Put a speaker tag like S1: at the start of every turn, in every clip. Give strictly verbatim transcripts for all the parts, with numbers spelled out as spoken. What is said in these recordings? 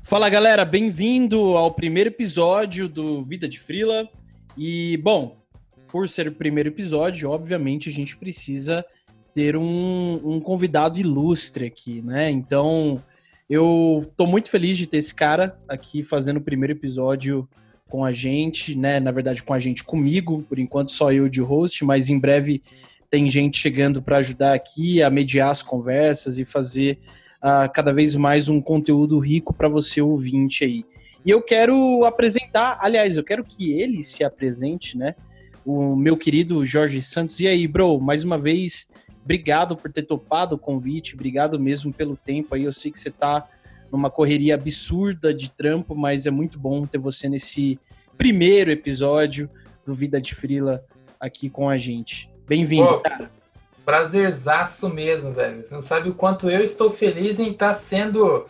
S1: Fala galera, bem-vindo ao primeiro episódio do Vida de Freela. E, bom, por ser o primeiro episódio, obviamente a gente precisa ter um, um convidado ilustre aqui, né? Então, eu tô muito feliz de ter esse cara aqui fazendo o primeiro episódio com a gente, né? Na verdade, com a gente comigo, por enquanto só eu de host, mas em breve tem gente chegando para ajudar aqui a mediar as conversas e fazer uh, cada vez mais um conteúdo rico para você ouvinte aí. E eu quero apresentar, aliás, eu quero que ele se apresente, né? O meu querido Jorge Santos. E aí, bro, mais uma vez, obrigado por ter topado o convite, obrigado mesmo pelo tempo aí. Eu sei que você tá numa correria absurda de trampo, mas é muito bom ter você nesse primeiro episódio do Vida de Freela aqui com a gente. Bem-vindo,
S2: Pô,
S1: cara.
S2: Prazerzaço mesmo, velho. Você não sabe o quanto eu estou feliz em estar sendo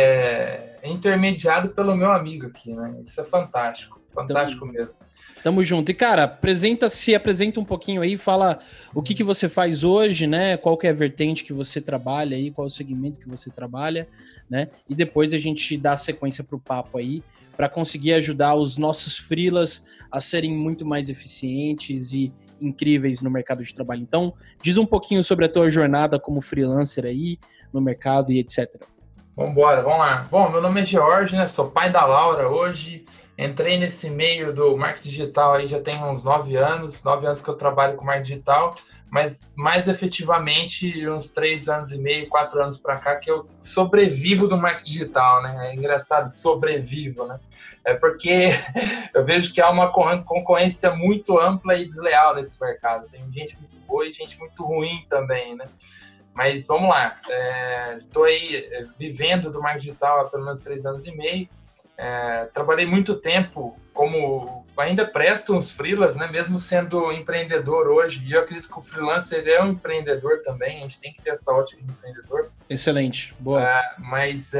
S2: é, intermediado pelo meu amigo aqui, né? Isso é fantástico, fantástico
S1: Tamo,
S2: mesmo.
S1: tamo junto. E, cara, apresenta, se apresenta um pouquinho aí, fala o que, que você faz hoje, né? Qual que é a vertente que você trabalha aí, qual é o segmento que você trabalha, né? E depois a gente dá sequência pro papo aí, para conseguir ajudar os nossos freelas a serem muito mais eficientes e incríveis no mercado de trabalho. Então, diz um pouquinho sobre a tua jornada como freelancer aí no mercado e etcétera.
S2: Vambora, vamos lá. Bom, meu nome é George, né? Sou pai da Laura hoje. Entrei nesse meio do marketing digital aí já tem uns nove anos, nove anos que eu trabalho com marketing digital, mas mais efetivamente uns três anos e meio, quatro anos para cá que eu sobrevivo do marketing digital, né? É engraçado, sobrevivo, né? É porque eu vejo que há uma concorrência muito ampla e desleal nesse mercado. Tem gente muito boa e gente muito ruim também, né? Mas vamos lá, estou é, aí é, vivendo do marketing digital há pelo menos três anos e meio. É, trabalhei muito tempo como ainda presto uns freelas, né? Mesmo sendo empreendedor hoje. E eu acredito que o freelancer é um empreendedor também. A gente tem que ter essa ótica de empreendedor.
S1: Excelente, boa.
S2: É, mas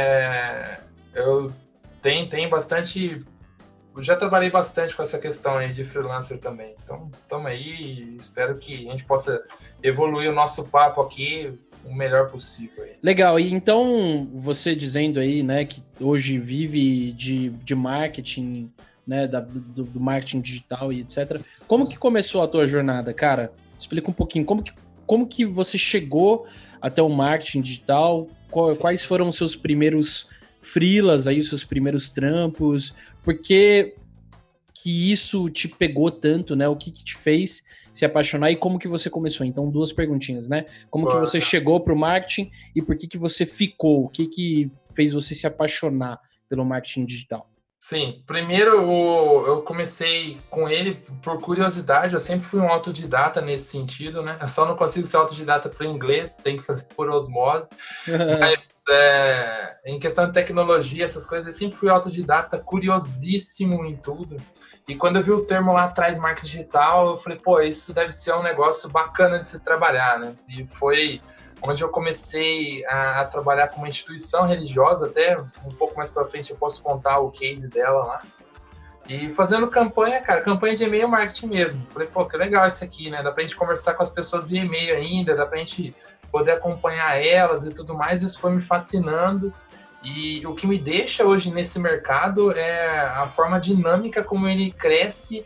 S2: é, eu tenho, tenho bastante. Eu já trabalhei bastante com essa questão aí de freelancer também. Então, estamos aí e espero que a gente possa evoluir o nosso papo aqui o melhor possível. Aí.
S1: Legal, e então você dizendo aí, né, que hoje vive de, de marketing, né, da, do, do marketing digital e etcétera. Como que começou a tua jornada, cara? Explica um pouquinho, como que, como que você chegou até o marketing digital? Qual, quais foram os seus primeiros freelas aí, os seus primeiros trampos? Por que que isso te pegou tanto, né? O que, que te fez se apaixonar e como que você começou? Então, duas perguntinhas, né? Como que você chegou para o marketing e por que que você ficou? O que que fez você se apaixonar pelo marketing digital?
S2: Sim, primeiro eu comecei com ele por curiosidade, eu sempre fui um autodidata nesse sentido, né? Eu só não consigo ser autodidata para o inglês, tem que fazer por osmose, mas é, em questão de tecnologia, essas coisas, eu sempre fui autodidata, curiosíssimo em tudo. E quando eu vi o termo lá atrás, marketing digital, eu falei, pô, isso deve ser um negócio bacana de se trabalhar, né? E foi onde eu comecei a, a trabalhar com uma instituição religiosa, até um pouco mais para frente eu posso contar o case dela lá. E fazendo campanha, cara, campanha de e-mail marketing mesmo. Falei, pô, que legal isso aqui, né? Dá pra gente conversar com as pessoas via e-mail ainda, dá pra gente poder acompanhar elas e tudo mais. Isso foi me fascinando. E o que me deixa hoje nesse mercado é a forma dinâmica como ele cresce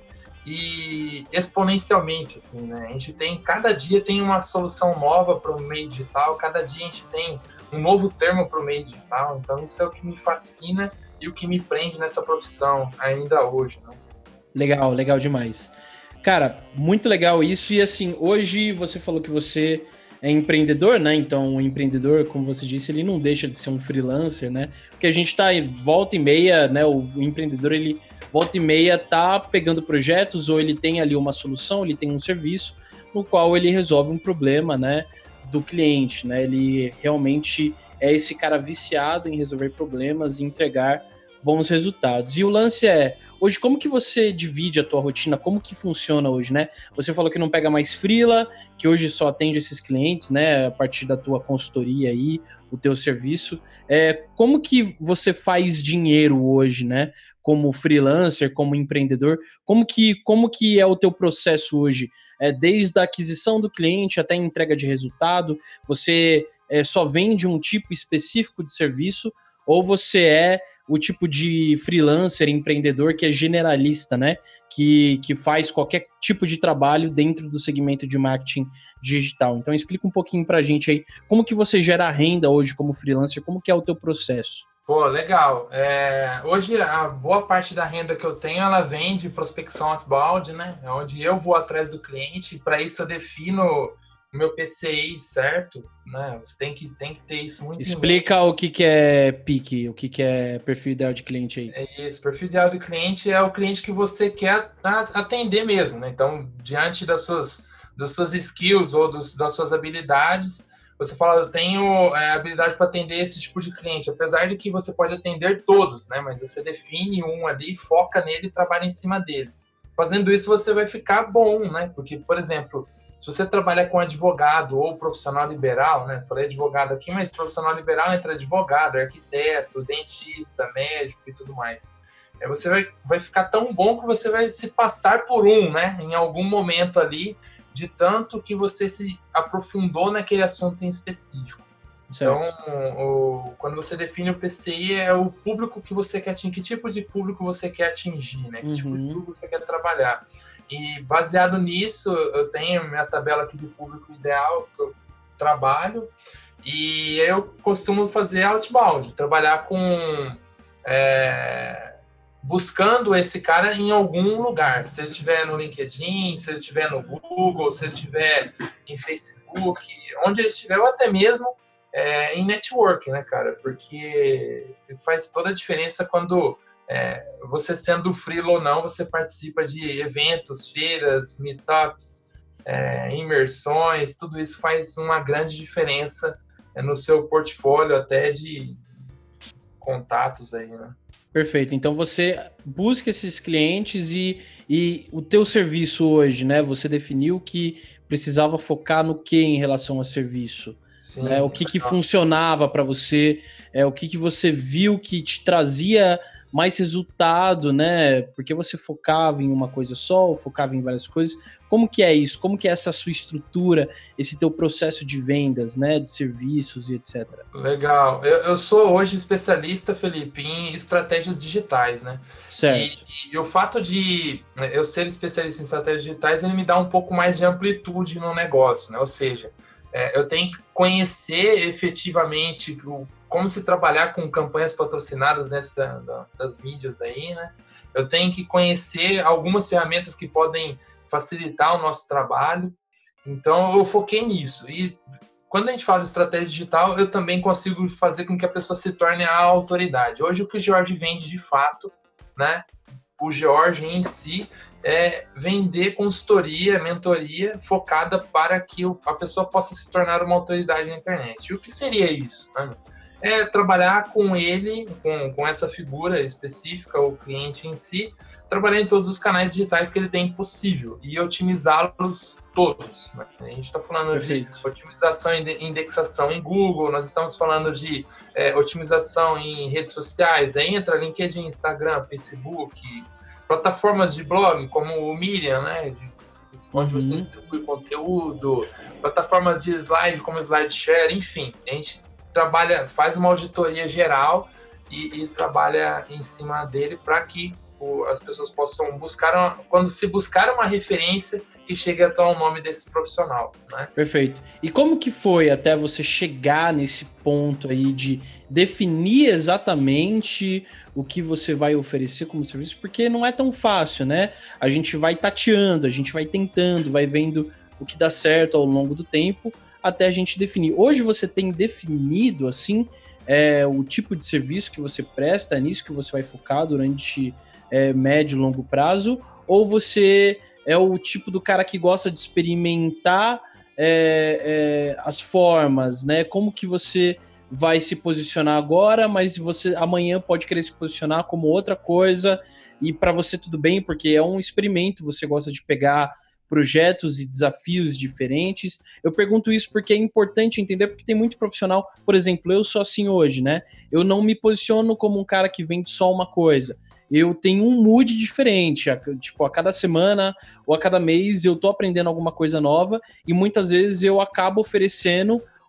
S2: e exponencialmente, assim, né? A gente tem, cada dia tem uma solução nova para o meio digital, cada dia a gente tem um novo termo para o meio digital, então isso é o que me fascina e o que me prende nessa profissão ainda hoje, né?
S1: Legal, legal demais. Cara, muito legal isso, e assim, hoje você falou que você é empreendedor, né? Então, o empreendedor, como você disse, ele não deixa de ser um freelancer, né? Porque a gente tá volta e meia, né? O, o empreendedor, ele volta e meia tá pegando projetos, ou ele tem ali uma solução, ele tem um serviço no qual ele resolve um problema, né, do cliente, né? Ele realmente é esse cara viciado em resolver problemas e entregar bons resultados. E o lance é, hoje, como que você divide a tua rotina? Como que funciona hoje, né? Você falou que não pega mais freela, que hoje só atende esses clientes, né? A partir da tua consultoria aí, o teu serviço. É, como que você faz dinheiro hoje, né? Como freelancer, como empreendedor? Como que, como que é o teu processo hoje? É, desde a aquisição do cliente até a entrega de resultado? Você é, só vende um tipo específico de serviço? ou você é o tipo de freelancer, empreendedor que é generalista, né? Que, que faz qualquer tipo de trabalho dentro do segmento de marketing digital. Então explica um pouquinho pra gente aí como que você gera renda hoje como freelancer, como que é o teu processo.
S2: Pô, legal. É, hoje a boa parte da renda que eu tenho, ela vem de prospecção outbound, né? É onde eu vou atrás do cliente, para isso eu defino o meu P C I, certo? Né? Você tem que, tem que ter isso muito
S1: Explica o que, que é P I C, o que, que é perfil ideal de cliente aí.
S2: É isso, perfil ideal do cliente é o cliente que você quer atender mesmo, né? Então, diante das suas, das suas skills ou dos, das suas habilidades, você fala, eu tenho é, habilidade para atender esse tipo de cliente, apesar de que você pode atender todos, né? Mas você define um ali, foca nele e trabalha em cima dele. Fazendo isso, você vai ficar bom, né? Porque, por exemplo, se você trabalha com advogado ou profissional liberal, né? Falei advogado aqui, mas profissional liberal entra advogado, arquiteto, dentista, médico e tudo mais. Aí você vai, vai ficar tão bom que você vai se passar por um, né? Em algum momento ali, de tanto que você se aprofundou naquele assunto em específico. Certo. Então, o, quando você define o P C I, é o público que você quer atingir, que tipo de público você quer atingir, né? Que uhum. tipo de público você quer trabalhar. E baseado nisso, eu tenho minha tabela aqui de público ideal que eu trabalho, e eu costumo fazer outbound, trabalhar com... É, buscando esse cara em algum lugar. Se ele estiver no LinkedIn, se ele estiver no Google, se ele estiver em Facebook, onde ele estiver, ou até mesmo é, em network, né, cara? Porque faz toda a diferença quando é, você sendo freela ou não, você participa de eventos, feiras, meetups, é, imersões, tudo isso faz uma grande diferença é, no seu portfólio até de contatos aí, né?
S1: Perfeito. Então você busca esses clientes e, e o teu serviço hoje, né? Você definiu que precisava focar no que em relação ao serviço? Sim, né? O que, que funcionava para você? É, o que, que você viu que te trazia mais resultado, né? Porque você focava em uma coisa só ou focava em várias coisas? Como que é isso? Como que é essa sua estrutura, esse teu processo de vendas, né? De serviços e etcétera?
S2: Legal. Eu, eu sou hoje especialista, Felipe, em estratégias digitais, né?
S1: Certo.
S2: E, e o fato de eu ser especialista em estratégias digitais, ele me dá um pouco mais de amplitude no negócio, né? Ou seja, é, eu tenho que conhecer efetivamente o como se trabalhar com campanhas patrocinadas dentro da, da, das mídias aí, né? Eu tenho que conhecer algumas ferramentas que podem facilitar o nosso trabalho. Então, eu foquei nisso. E quando a gente fala de estratégia digital, eu também consigo fazer com que a pessoa se torne a autoridade. Hoje, o que o George vende de fato, né? O George em si é vender consultoria, mentoria focada para que a pessoa possa se tornar uma autoridade na internet. E o que seria isso, né? É trabalhar com ele, com, com essa figura específica, o cliente em si, trabalhar em todos os canais digitais que ele tem possível e otimizá-los todos. Né? A gente está falando Perfeito. de otimização e indexação em Google, nós estamos falando de é, otimização em redes sociais, aí entra LinkedIn, Instagram, Facebook, plataformas de blog como o Medium, né? De, onde uhum. você distribui conteúdo, plataformas de slide como SlideShare, enfim, a gente trabalha, faz uma auditoria geral e, e trabalha em cima dele para que o, as pessoas possam buscar, uma, quando se buscar uma referência, que chegue até o nome desse profissional, né?
S1: Perfeito. E como que foi até você chegar nesse ponto aí de definir exatamente o que você vai oferecer como serviço? Porque não é tão fácil, né? A gente vai tateando, a gente vai tentando, vai vendo o que dá certo ao longo do tempo, até a gente definir. Hoje você tem definido, assim, é, o tipo de serviço que você presta, é nisso que você vai focar durante é, médio e longo prazo, ou você é o tipo do cara que gosta de experimentar é, é, as formas, né? Como que você vai se posicionar agora, mas você amanhã pode querer se posicionar como outra coisa, e para você tudo bem, porque é um experimento, você gosta de pegar projetos e desafios diferentes. Eu pergunto isso porque é importante entender, porque tem muito profissional, por exemplo, eu sou assim hoje, né? Eu não me posiciono como um cara que vende só uma coisa. Eu tenho um mood diferente, tipo, a cada semana ou a cada mês eu tô aprendendo alguma coisa nova e muitas vezes eu acabo oferecendo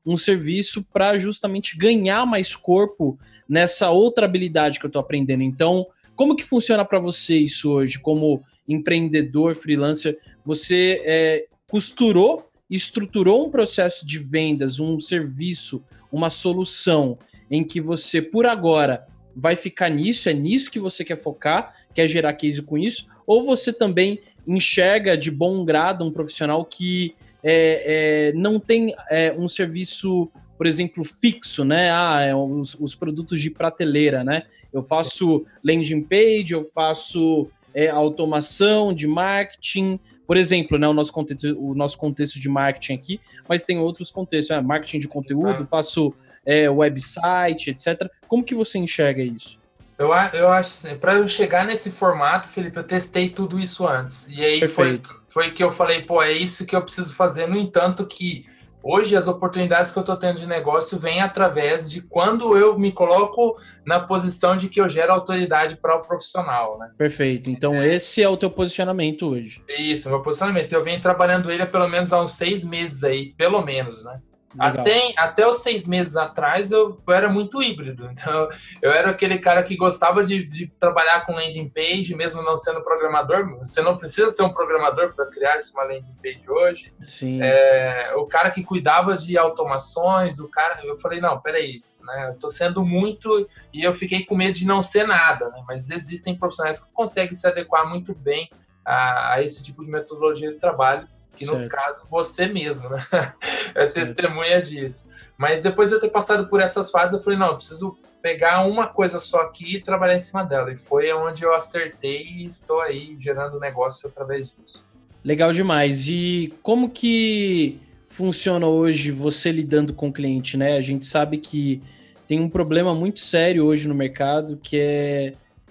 S1: um serviço para justamente ganhar mais corpo nessa outra habilidade que eu estou aprendendo. Então, como que funciona para você isso hoje, como empreendedor, freelancer? Você é, costurou, estruturou um processo de vendas, um serviço, uma solução em que você, por agora, vai ficar nisso, é nisso que você quer focar, quer gerar case com isso, ou você também enxerga de bom grado um profissional que é, é, não tem é, um serviço, por exemplo, fixo, né? Ah, é, os, os produtos de prateleira, né? Eu faço landing page, eu faço é, automação de marketing, por exemplo, né? O nosso contexto, o nosso contexto de marketing aqui, mas tem outros contextos, né? Marketing de conteúdo, faço é, website, etcétera. Como que você enxerga isso?
S2: Eu, eu acho assim, para eu chegar nesse formato, Felipe, eu testei tudo isso antes. E aí foi, foi que eu falei, pô, é isso que eu preciso fazer. No entanto, que hoje as oportunidades que eu estou tendo de negócio vêm através de quando eu me coloco na posição de que eu gero autoridade para o profissional, né?
S1: Perfeito. Então, é. esse é o teu posicionamento hoje.
S2: Isso, meu posicionamento. Eu venho trabalhando ele há pelo menos há uns seis meses aí, pelo menos, né? Até, até os seis meses atrás eu, eu era muito híbrido, então eu era aquele cara que gostava de, de trabalhar com landing page, mesmo não sendo programador. Você não precisa ser um programador para criar uma landing page hoje.
S1: Sim.
S2: É, o cara que cuidava de automações, o cara, eu falei, não, peraí, né, eu tô sendo muito, e eu fiquei com medo de não ser nada, né, mas existem profissionais que conseguem se adequar muito bem a, a esse tipo de metodologia de trabalho, que no certo. Caso você mesmo, né? É certo. Testemunha disso. Mas depois de eu ter passado por essas fases, eu falei, não, eu preciso pegar uma coisa só aqui e trabalhar em cima dela. E foi onde eu acertei e estou aí gerando negócio através disso.
S1: Legal demais. E como que funciona hoje você lidando com o cliente, né? A gente sabe que tem um problema muito sério hoje no mercado, que é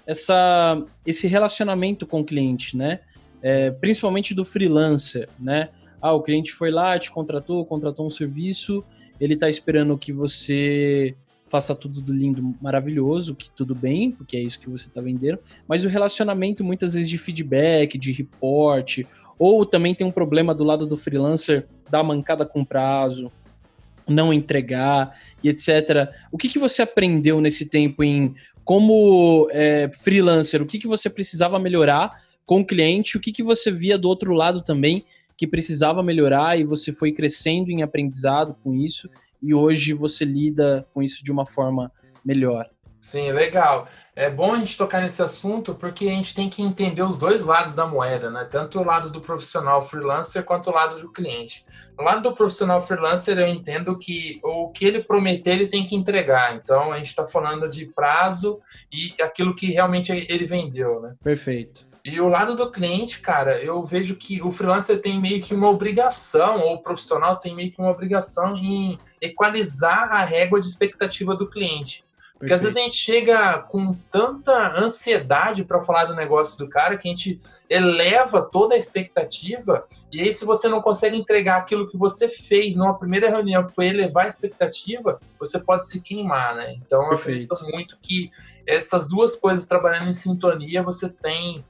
S1: essa, esse relacionamento com o cliente, né? É, principalmente do freelancer, né? Ah, o cliente foi lá, te contratou, contratou um serviço, ele tá esperando que você faça tudo lindo, maravilhoso, que tudo bem, porque é isso que você tá vendendo, mas o relacionamento muitas vezes de feedback, de report, ou também tem um problema do lado do freelancer, dar mancada com prazo, não entregar, e etcétera. O que, que você aprendeu nesse tempo em como é, freelancer? O que, que você precisava melhorar com o cliente, o que, que você via do outro lado também que precisava melhorar e você foi crescendo em aprendizado com isso e hoje você lida com isso de uma forma melhor?
S2: Sim, legal. É bom a gente tocar nesse assunto porque a gente tem que entender os dois lados da moeda, né? Tanto o lado do profissional freelancer quanto o lado do cliente. No lado do profissional freelancer, eu entendo que o que ele prometer, ele tem que entregar. Então, a gente está falando de prazo e aquilo que realmente ele vendeu, né?
S1: Perfeito.
S2: E o lado do cliente, cara, eu vejo que o freelancer tem meio que uma obrigação, ou o profissional tem meio que uma obrigação em equalizar a régua de expectativa do cliente. Porque Perfeito. Às vezes a gente chega com tanta ansiedade para falar do negócio do cara que a gente eleva toda a expectativa e aí se você não consegue entregar aquilo que você fez numa primeira reunião, que foi elevar a expectativa, você pode se queimar, né? Então
S1: Perfeito.
S2: Eu acredito muito que essas duas coisas trabalhando em sintonia, você tem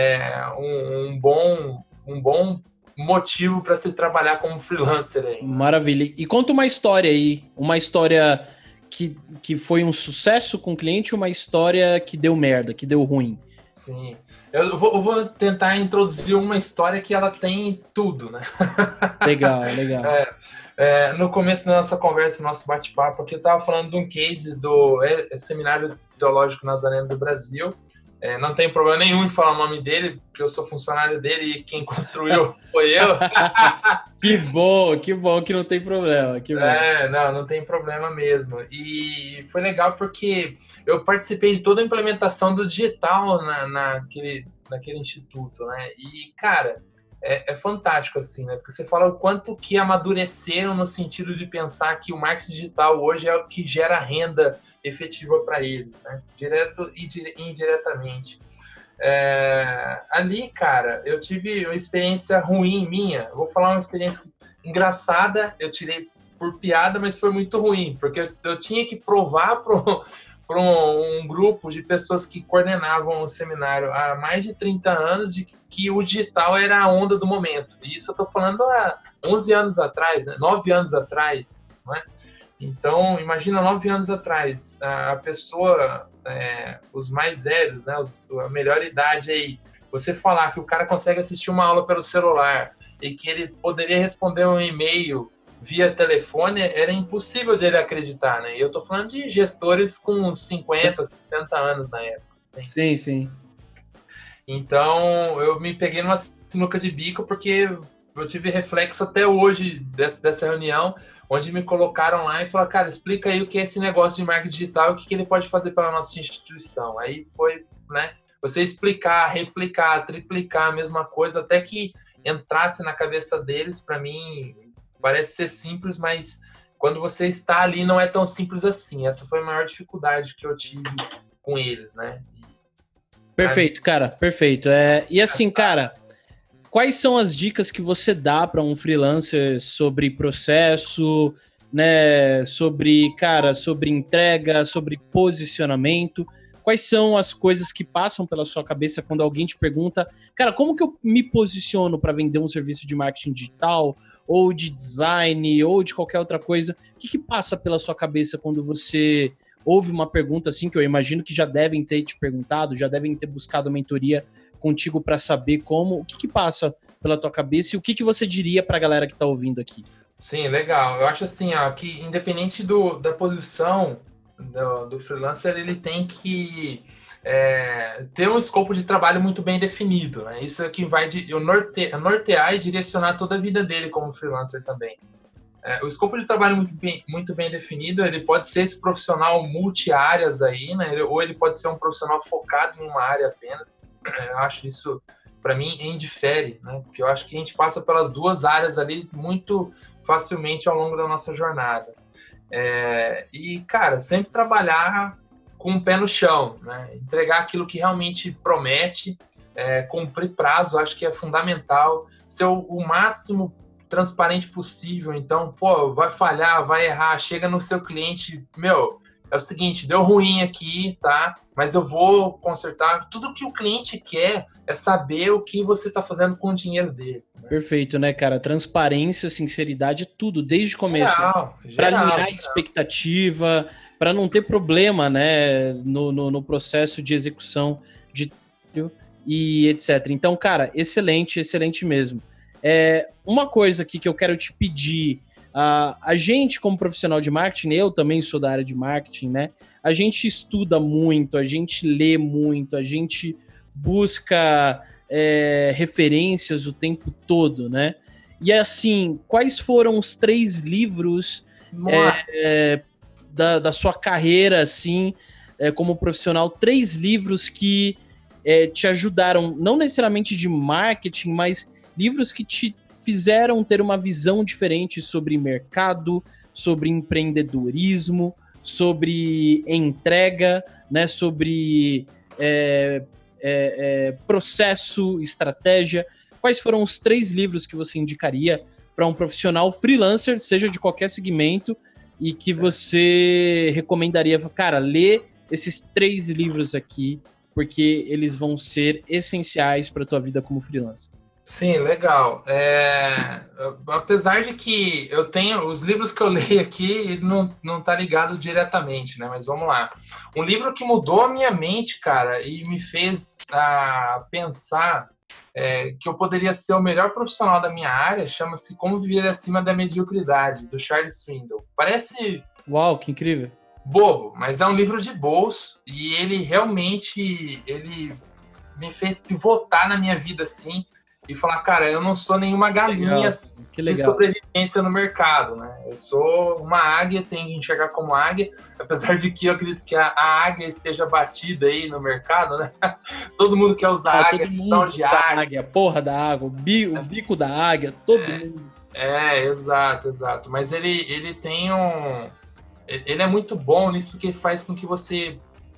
S2: É um, um, bom, um bom motivo para se trabalhar como freelancer aí.
S1: Maravilha. E conta uma história aí, uma história que, que foi um sucesso com o cliente, uma história que deu merda, que deu ruim.
S2: Sim. Eu vou, eu vou tentar introduzir uma história que ela tem tudo, né?
S1: Legal, legal.
S2: É, é, no começo da nossa conversa, nosso bate-papo, aqui eu estava falando de um case do é, Seminário Teológico Nazareno do Brasil. É, não tem problema nenhum em falar o nome dele, porque eu sou funcionário dele e quem construiu foi eu.
S1: Que bom, que bom que não tem problema. Que bom.
S2: É, não, não tem problema mesmo. E foi legal porque eu participei de toda a implementação do digital na, naquele, naquele instituto, né? E, cara, é, é fantástico, assim, né? Porque você fala o quanto que amadureceram no sentido de pensar que o marketing digital hoje é o que gera renda efetiva para eles, né? Direto e indiretamente. É, ali, cara, eu tive uma experiência ruim minha. Eu vou falar uma experiência engraçada, eu tirei por piada, mas foi muito ruim, porque eu, eu tinha que provar para um, um grupo de pessoas que coordenavam o seminário há mais de trinta anos de que o digital era a onda do momento. E isso eu estou falando há onze anos atrás, né? nove anos atrás, não é? Então, imagina nove anos atrás, a pessoa, é, os mais velhos, né, os, a melhor idade aí, você falar que o cara consegue assistir uma aula pelo celular e que ele poderia responder um e-mail via telefone, era impossível de ele acreditar, né? E eu tô falando de gestores com cinquenta, sessenta anos na época. Né?
S1: Sim, sim.
S2: Então, eu me peguei numa sinuca de bico porque eu tive reflexo até hoje dessa, dessa reunião, onde me colocaram lá e falaram, cara, explica aí o que é esse negócio de marketing digital e o que, que ele pode fazer pela nossa instituição. Aí foi, né, você explicar, replicar, triplicar a mesma coisa, até que entrasse na cabeça deles. Para mim, parece ser simples, mas quando você está ali não é tão simples assim. Essa foi a maior dificuldade que eu tive com eles, né?
S1: Perfeito, cara, perfeito. É, e assim, cara, quais são as dicas que você dá para um freelancer sobre processo, né, sobre, cara, sobre entrega, sobre posicionamento? Quais são as coisas que passam pela sua cabeça quando alguém te pergunta, cara, como que eu me posiciono para vender um serviço de marketing digital, ou de design, ou de qualquer outra coisa? O que que passa pela sua cabeça quando você ouve uma pergunta assim, que eu imagino que já devem ter te perguntado, já devem ter buscado mentoria contigo para saber como, o que que passa pela tua cabeça e o que que você diria para a galera que está ouvindo aqui?
S2: Sim, legal. Eu acho assim, ó, que independente do, da posição do, do freelancer, ele tem que é, ter um escopo de trabalho muito bem definido, né? Isso é que vai de, norte, nortear e direcionar toda a vida dele como freelancer também. É, o escopo de trabalho muito bem, muito bem definido, ele pode ser esse profissional multi-áreas aí, né? Ou ele pode ser um profissional focado em uma área apenas. Eu acho isso, para mim, indifere, né? Porque eu acho que a gente passa pelas duas áreas ali muito facilmente ao longo da nossa jornada. É, e, cara, sempre trabalhar com o pé no chão, né? Entregar aquilo que realmente promete, é, cumprir prazo, acho que é fundamental, ser o, o máximo transparente possível. Então, pô, vai falhar, vai errar, chega no seu cliente, meu, é o seguinte, deu ruim aqui, tá? Mas eu vou consertar. Tudo que o cliente quer é saber o que você está fazendo com o dinheiro dele. Né?
S1: Perfeito, né, cara? Transparência, sinceridade, tudo, desde o começo. Para alinhar a expectativa, para não ter problema, né, no, no, no processo de execução de e etcétera. Então, cara, excelente, excelente mesmo. É, uma coisa aqui que eu quero te pedir, uh, a gente como profissional de marketing, eu também sou da área de marketing, né? A gente estuda muito, a gente lê muito, a gente busca é, referências o tempo todo, né? E assim, quais foram os três livros é, é, da, da sua carreira, assim, é, como profissional, três livros que é, te ajudaram, não necessariamente de marketing, mas livros que te fizeram ter uma visão diferente sobre mercado, sobre empreendedorismo, sobre entrega, né, sobre é, é, é, processo, estratégia. Quais foram os três livros que você indicaria para um profissional freelancer, seja de qualquer segmento, e que você recomendaria? Cara, lê esses três livros aqui, porque eles vão ser essenciais para a tua vida como freelancer.
S2: Sim, legal. É, apesar de que eu tenho os livros que eu leio aqui, não, não tá ligado diretamente, né? Mas vamos lá. Um livro que mudou a minha mente, cara, e me fez ah, pensar é, que eu poderia ser o melhor profissional da minha área, chama-se Como Viver Acima da Mediocridade, do Charles Swindoll. Parece...
S1: Uau, que incrível!
S2: Bobo, mas é um livro de bolso e ele realmente ele me fez pivotar na minha vida, assim, e falar, cara, eu não sou nenhuma galinha
S1: legal,
S2: de sobrevivência no mercado, né? Eu sou uma águia, tenho que enxergar como águia, apesar de que eu acredito que a, a águia esteja batida aí no mercado, né? Todo mundo quer usar
S1: ah,
S2: águia,
S1: missão
S2: de águia.
S1: águia, porra da água, o bico, o bico da águia, todo
S2: é,
S1: mundo.
S2: É, exato, exato. Mas ele, ele tem um... Ele é muito bom nisso porque faz com que você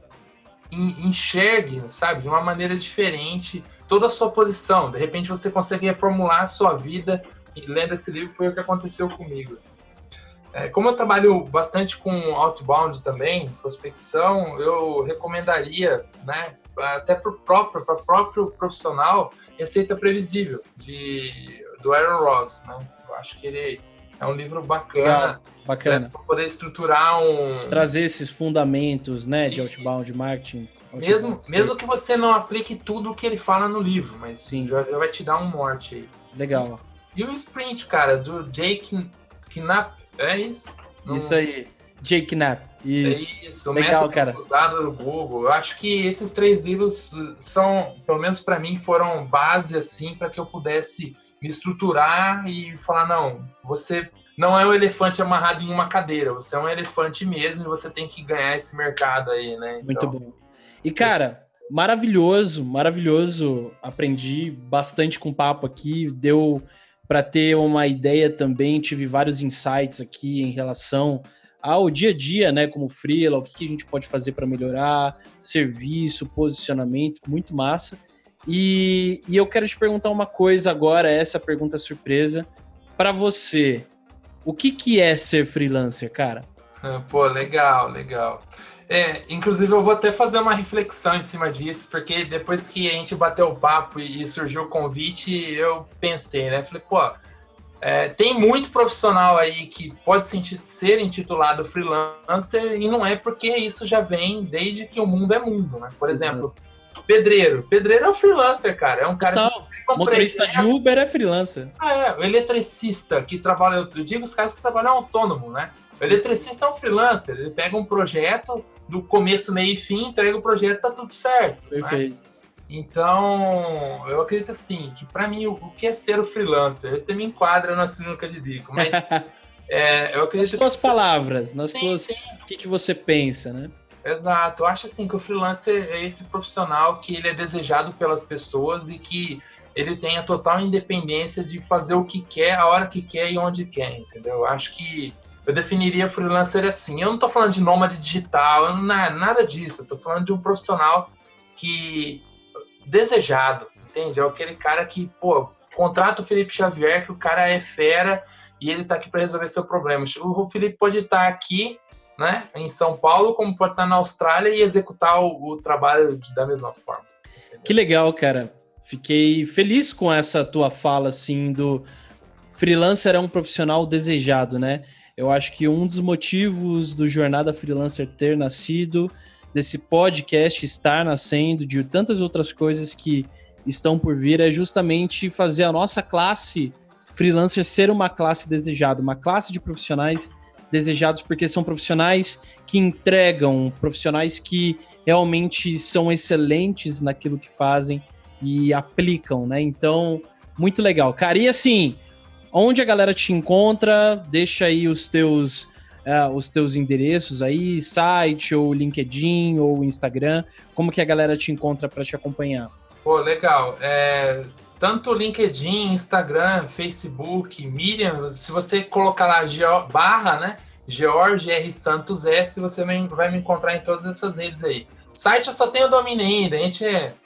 S2: enxergue, sabe, de uma maneira diferente toda a sua posição. De repente você consegue reformular a sua vida. E lendo esse livro foi o que aconteceu comigo. Assim. É, como eu trabalho bastante com outbound também, prospecção, eu recomendaria, né, até para o próprio, próprio profissional, Receita Previsível, de, do Aaron Ross. Né? Eu acho que ele É um livro bacana.
S1: Legal, bacana.
S2: Para poder estruturar um...
S1: Trazer esses fundamentos, né, de outbound marketing. Outbound
S2: mesmo,
S1: marketing.
S2: mesmo que você não aplique tudo o que ele fala no livro, mas
S1: sim,
S2: já, já vai te dar um norte aí.
S1: Legal.
S2: E, e o Sprint, cara, do Jake Knapp, é isso?
S1: Não... Isso aí, Jake Knapp. Isso,
S2: é isso, o
S1: legal,
S2: método
S1: cara.
S2: usado no Google. Eu acho que esses três livros são, pelo menos para mim, foram base assim para que eu pudesse me estruturar e falar, não, você não é um elefante amarrado em uma cadeira, você é um elefante mesmo e você tem que ganhar esse mercado aí, né? Então...
S1: Muito bom. E, cara, maravilhoso, maravilhoso. Aprendi bastante com o papo aqui, deu para ter uma ideia também, tive vários insights aqui em relação ao dia a dia, né, como freela, o que, que a gente pode fazer para melhorar, serviço, posicionamento, muito massa. E, e eu quero te perguntar uma coisa agora, essa pergunta surpresa, para você, o que, que é ser freelancer, cara?
S2: Pô, legal, legal. É, inclusive eu vou até fazer uma reflexão em cima disso, porque depois que a gente bateu o papo e surgiu o convite, eu pensei, né, falei, pô, É, tem muito profissional aí que pode ser intitulado freelancer e não é porque isso já vem desde que o mundo é mundo, né? Por exemplo, pedreiro. Pedreiro é um freelancer, cara. É um cara
S1: Total.
S2: que... Um
S1: motorista
S2: projeto.
S1: de Uber é freelancer.
S2: Ah, é. O eletricista que trabalha... Eu digo os caras que trabalham autônomo, né? O eletricista é um freelancer. Ele pega um projeto do começo, meio e fim, entrega o projeto, tá tudo certo.
S1: Perfeito.
S2: Né? Então, eu acredito assim, que para mim, o que é ser o freelancer? Você me enquadra na sinuca de bico, mas é, eu acredito...
S1: Nas tuas
S2: que...
S1: palavras, nas
S2: sim,
S1: tuas...
S2: Sim.
S1: O que, que você pensa, né?
S2: Exato, eu acho assim que o freelancer é esse profissional que ele é desejado pelas pessoas e que ele tem a total independência de fazer o que quer, a hora que quer e onde quer, entendeu? Eu acho que eu definiria freelancer assim. Eu não tô falando de nômade digital, nada disso, eu tô falando de um profissional que... desejado, entende? É aquele cara que, pô, contrata o Felipe Xavier, que o cara é fera e ele tá aqui para resolver seu problema. O Felipe pode estar aqui, né, em São Paulo, como pode estar na Austrália e executar o, o trabalho da mesma forma. Entendeu?
S1: Que legal, cara. Fiquei feliz com essa tua fala, assim, do freelancer é um profissional desejado, né? Eu acho que um dos motivos do Jornada Freelancer ter nascido, desse podcast estar nascendo, de tantas outras coisas que estão por vir, é justamente fazer a nossa classe freelancer ser uma classe desejada, uma classe de profissionais desejados, porque são profissionais que entregam, profissionais que realmente são excelentes naquilo que fazem e aplicam, né? Então, muito legal. Cara, e assim, onde a galera te encontra? Deixa aí os teus... Uh, os teus endereços aí, site, ou LinkedIn, ou Instagram, como que a galera te encontra para te acompanhar?
S2: Pô, legal. É, tanto LinkedIn, Instagram, Facebook, Medium, se você colocar lá Geo, barra, né, George R. Santos S, você vai me encontrar em todas essas redes aí. Site eu só tenho domínio ainda, a gente é...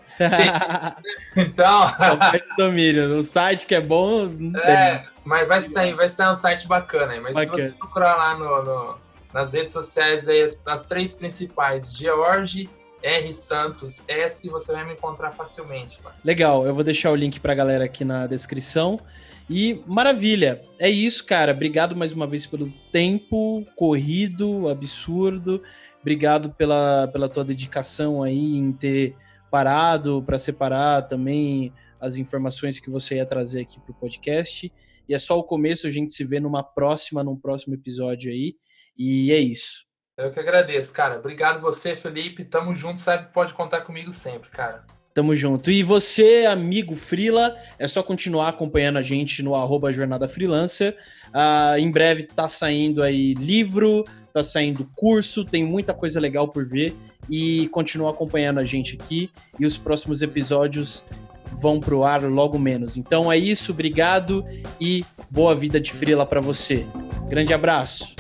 S2: então...
S1: Esse domínio, o site que é bom...
S2: É, mas vai sair, vai sair um site bacana aí. Mas
S1: bacana.
S2: Se você procurar lá no, no, nas redes sociais, aí, as, as três principais, George R. Santos S, você vai me encontrar facilmente. Mano.
S1: Legal, eu vou deixar o link pra galera aqui na descrição. E maravilha, é isso, cara. Obrigado mais uma vez pelo tempo corrido, absurdo. Obrigado pela, pela tua dedicação aí em ter... parado para separar também as informações que você ia trazer aqui para o podcast. E é só o começo, a gente se vê numa próxima, num próximo episódio aí. E é isso.
S2: Eu que agradeço, cara. Obrigado você, Felipe. Tamo junto, sabe? Pode contar comigo sempre, cara.
S1: Tamo junto. E você, amigo freela, é só continuar acompanhando a gente no arroba Jornada Freelancer. Uh, em breve tá saindo aí livro, tá saindo curso, tem muita coisa legal por ver. E continua acompanhando a gente aqui. E os próximos episódios vão pro ar logo menos. Então é isso, obrigado e boa vida de freela para você. Grande abraço.